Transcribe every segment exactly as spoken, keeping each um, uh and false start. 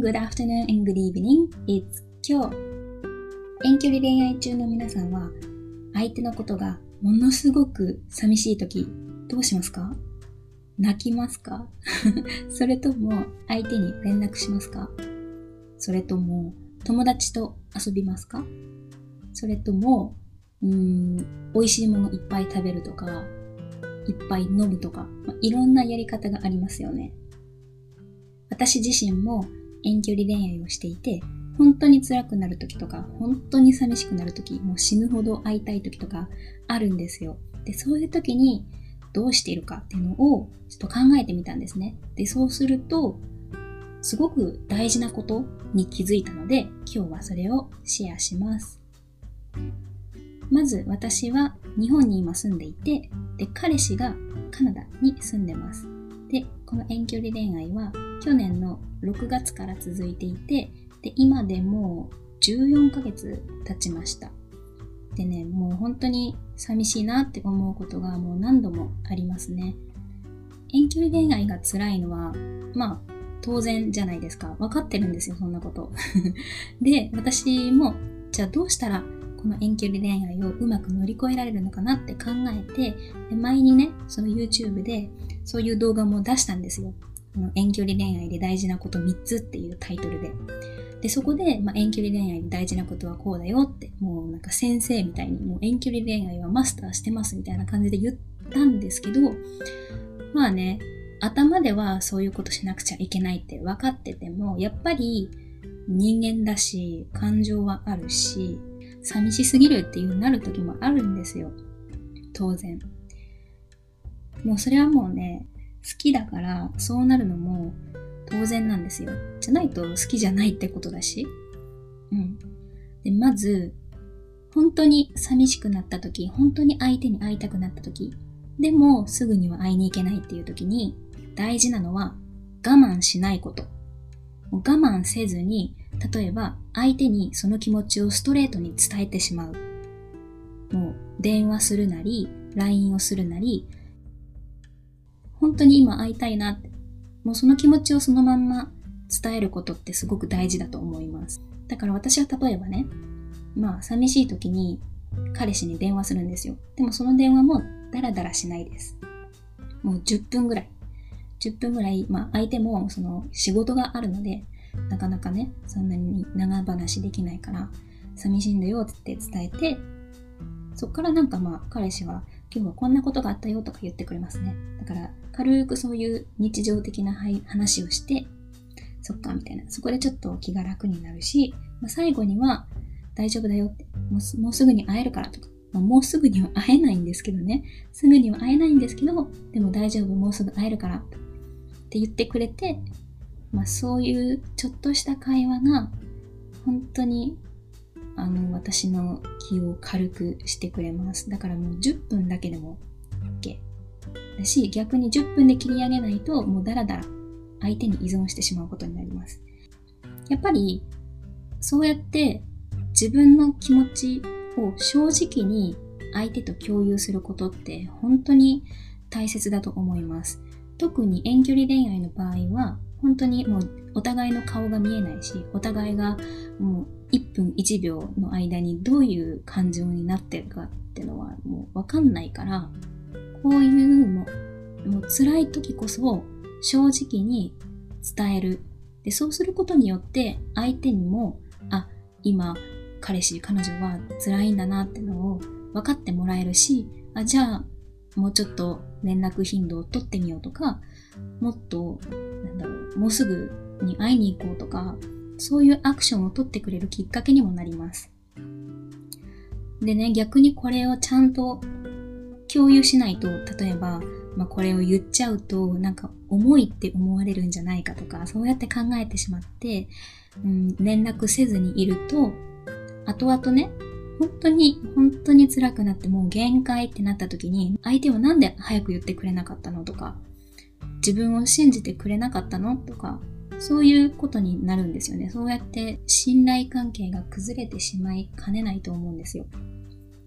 good afternoon and good evening. It's 今日。遠距離恋愛中の皆さんは、相手のことがものすごく寂しいとき、どうしますか？泣きますか？それとも相手に連絡しますか？それとも友達と遊びますか？それとも、うーん、美味しいものいっぱい食べるとか、いっぱい飲むとか、まあ、いろんなやり方がありますよね。私自身も遠距離恋愛をしていて、本当に辛くなる時とか、本当に寂しくなる時、もう死ぬほど会いたい時とかあるんですよ。で、そういう時にどうしているかっていうのをちょっと考えてみたんですね。で、そうすると、すごく大事なことに気づいたので、今日はそれをシェアします。まず私は日本に今住んでいて、で、彼氏がカナダに住んでます。で、この遠距離恋愛は去年のろくがつから続いていて、で、今でもうじゅうよんかげつ経ちました。でね、もう本当に寂しいなって思うことがもう何度もありますね。遠距離恋愛が辛いのは、まあ当然じゃないですか。分かってるんですよ、そんなこと。で、私もじゃあどうしたらこの遠距離恋愛をうまく乗り越えられるのかなって考えて、で前にね、その YouTube でそういう動画も出したんですよ。この遠距離恋愛で大事なことみっつっていうタイトルで。で、そこで、まあ、遠距離恋愛で大事なことはこうだよって、もうなんか先生みたいに、もう遠距離恋愛はマスターしてますみたいな感じで言ったんですけど、まあね、頭ではそういうことしなくちゃいけないって分かってても、やっぱり人間だし、感情はあるし、寂しすぎるっていうなる時もあるんですよ。当然。もうそれはもうね、好きだからそうなるのも当然なんですよ。じゃないと好きじゃないってことだし。うん。で、まず、本当に寂しくなった時、本当に相手に会いたくなった時、でもすぐには会いに行けないっていう時に大事なのは我慢しないこと。我慢せずに、例えば相手にその気持ちをストレートに伝えてしまう。もう電話するなり、ライン をするなり、本当に今会いたいなって、もうその気持ちをそのまんま伝えることってすごく大事だと思います。だから私は例えばね、まあ寂しい時に彼氏に電話するんですよ。でもその電話もダラダラしないです。もうじゅっぷんぐらい。じゅっぷんぐらい、まあ相手もその仕事があるので、なかなかね、そんなに長話できないから、寂しいんだよって伝えて、そっからなんかまあ彼氏は今日はこんなことがあったよとか言ってくれますね。だから軽くそういう日常的な話をして、そっかみたいな。そこでちょっと気が楽になるし、まあ、最後には大丈夫だよってもう、もうすぐに会えるからとか、まあ、もうすぐには会えないんですけどね。すぐには会えないんですけど、でも大丈夫、もうすぐ会えるからって言ってくれて、まあそういうちょっとした会話が本当にあの私の気を軽くしてくれます。だからもうじゅっぷんだけでも OK だし、逆にじゅっぷんで切り上げないともうダラダラ相手に依存してしまうことになります。やっぱりそうやって自分の気持ちを正直に相手と共有することって本当に大切だと思います。特に遠距離恋愛の場合は本当にもうお互いの顔が見えないし、お互いがもういっぷんいちびょうの間にどういう感情になってるかってのはもうわかんないから、こういうもう、もう辛い時こそ正直に伝える。で、そうすることによって相手にも、あ、今彼氏、彼女は辛いんだなってのを分かってもらえるし、あ、じゃあもうちょっと連絡頻度を取ってみようとか、もっとなんだろう、もうすぐに会いに行こうとか、そういうアクションを取ってくれるきっかけにもなります。でね、逆にこれをちゃんと共有しないと、例えば、まあ、これを言っちゃうと、なんか重いって思われるんじゃないかとか、そうやって考えてしまって、うん、連絡せずにいると、後々ね、本当に、本当に辛くなってもう限界ってなった時に、相手はなんで早く言ってくれなかったのとか、自分を信じてくれなかったのとか、そういうことになるんですよね。そうやって信頼関係が崩れてしまいかねないと思うんですよ。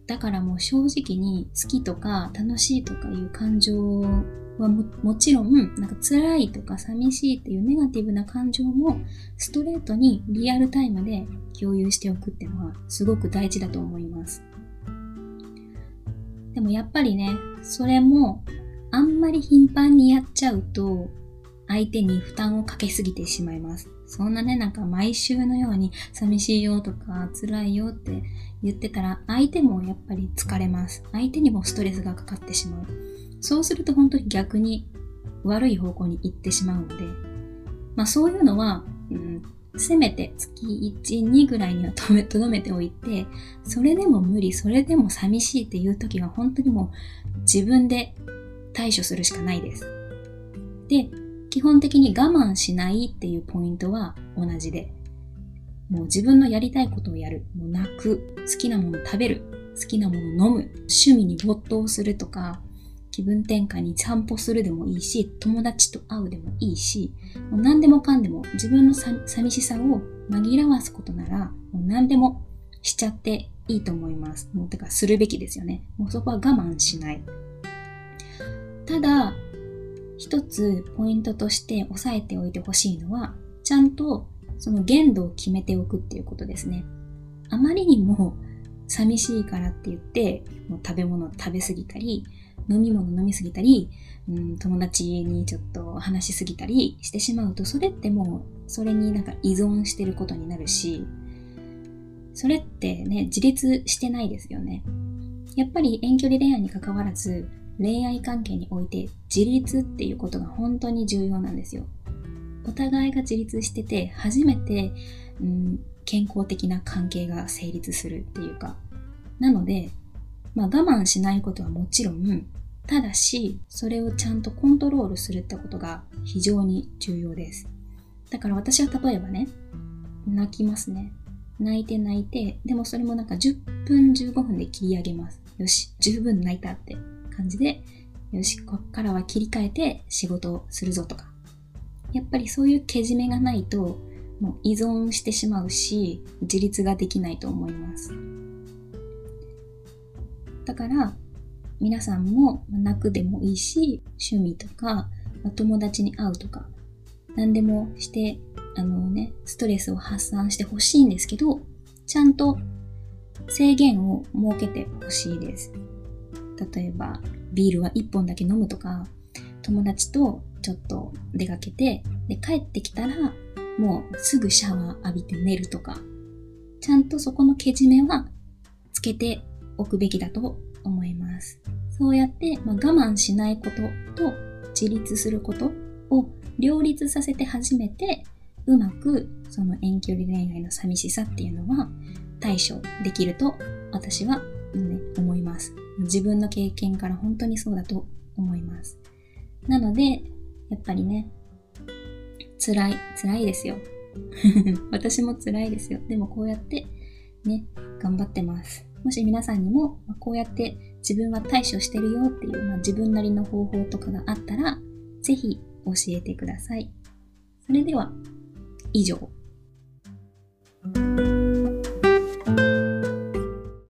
だからもう正直に好きとか楽しいとかいう感情は も, もちろん、なんか辛いとか寂しいっていうネガティブな感情もストレートにリアルタイムで共有しておくっていうのはすごく大事だと思います。でもやっぱりね、それもあんまり頻繁にやっちゃうと相手に負担をかけすぎてしまいます。そんなね、なんか毎週のように寂しいよとか辛いよって言ってたら相手もやっぱり疲れます。相手にもストレスがかかってしまう。そうすると本当に逆に悪い方向に行ってしまうので、まあそういうのは、うん、せめて月いち、にぐらいにはとめ、とどめておいて、それでも無理、それでも寂しいっていう時は本当にもう自分で対処するしかないです。で、基本的に我慢しないっていうポイントは同じで、もう自分のやりたいことをやる、もう泣く、好きなもの食べる、好きなもの飲む、趣味に没頭するとか、気分転換に散歩するでもいいし、友達と会うでもいいし、もう何でもかんでも自分の寂しさを紛らわすことなら、もう何でもしちゃっていいと思います。もうてかするべきですよね。もうそこは我慢しない。ただ、一つポイントとして押さえておいてほしいのは、ちゃんとその限度を決めておくっていうことですね。あまりにも寂しいからって言って、もう食べ物を食べ過ぎたり、飲み物飲みすぎたり、うん、友達にちょっと話しすぎたりしてしまうと、それってもうそれになんか依存してることになるし、それってね、自立してないですよね。やっぱり遠距離恋愛に関わらず、恋愛関係において自立っていうことが本当に重要なんですよ。お互いが自立してて初めて、うん、健康的な関係が成立するっていうか。なので、まあ、我慢しないことはもちろん、ただしそれをちゃんとコントロールするってことが非常に重要です。だから私は例えばね、泣きますね。泣いて泣いて、でもそれもなんかじゅっぷんじゅうごふんで切り上げます。よし、十分泣いたって感じで、よし、こっからは切り替えて仕事をするぞとか。やっぱりそういうけじめがないと、もう依存してしまうし、自立ができないと思います。だから、皆さんも泣くでもいいし、趣味とか、友達に会うとか、何でもして、あのね、ストレスを発散してほしいんですけど、ちゃんと制限を設けてほしいです。例えば、ビールはいっぽんだけ飲むとか、友達とちょっと出かけて、で帰ってきたら、もうすぐシャワー浴びて寝るとか、ちゃんとそこのけじめはつけておくべきだと思います。そうやって、まあ、我慢しないことと自立することを両立させて初めて、うまくその遠距離恋愛の寂しさっていうのは対処できると私は、ね、思います。自分の経験から本当にそうだと思います。なので、やっぱりね、辛い、辛いですよ。私も辛いですよ。でもこうやってね、頑張ってます。もし皆さんにもこうやって自分は対処してるよっていう、まあ、自分なりの方法とかがあったら、ぜひ教えてください。それでは、以上。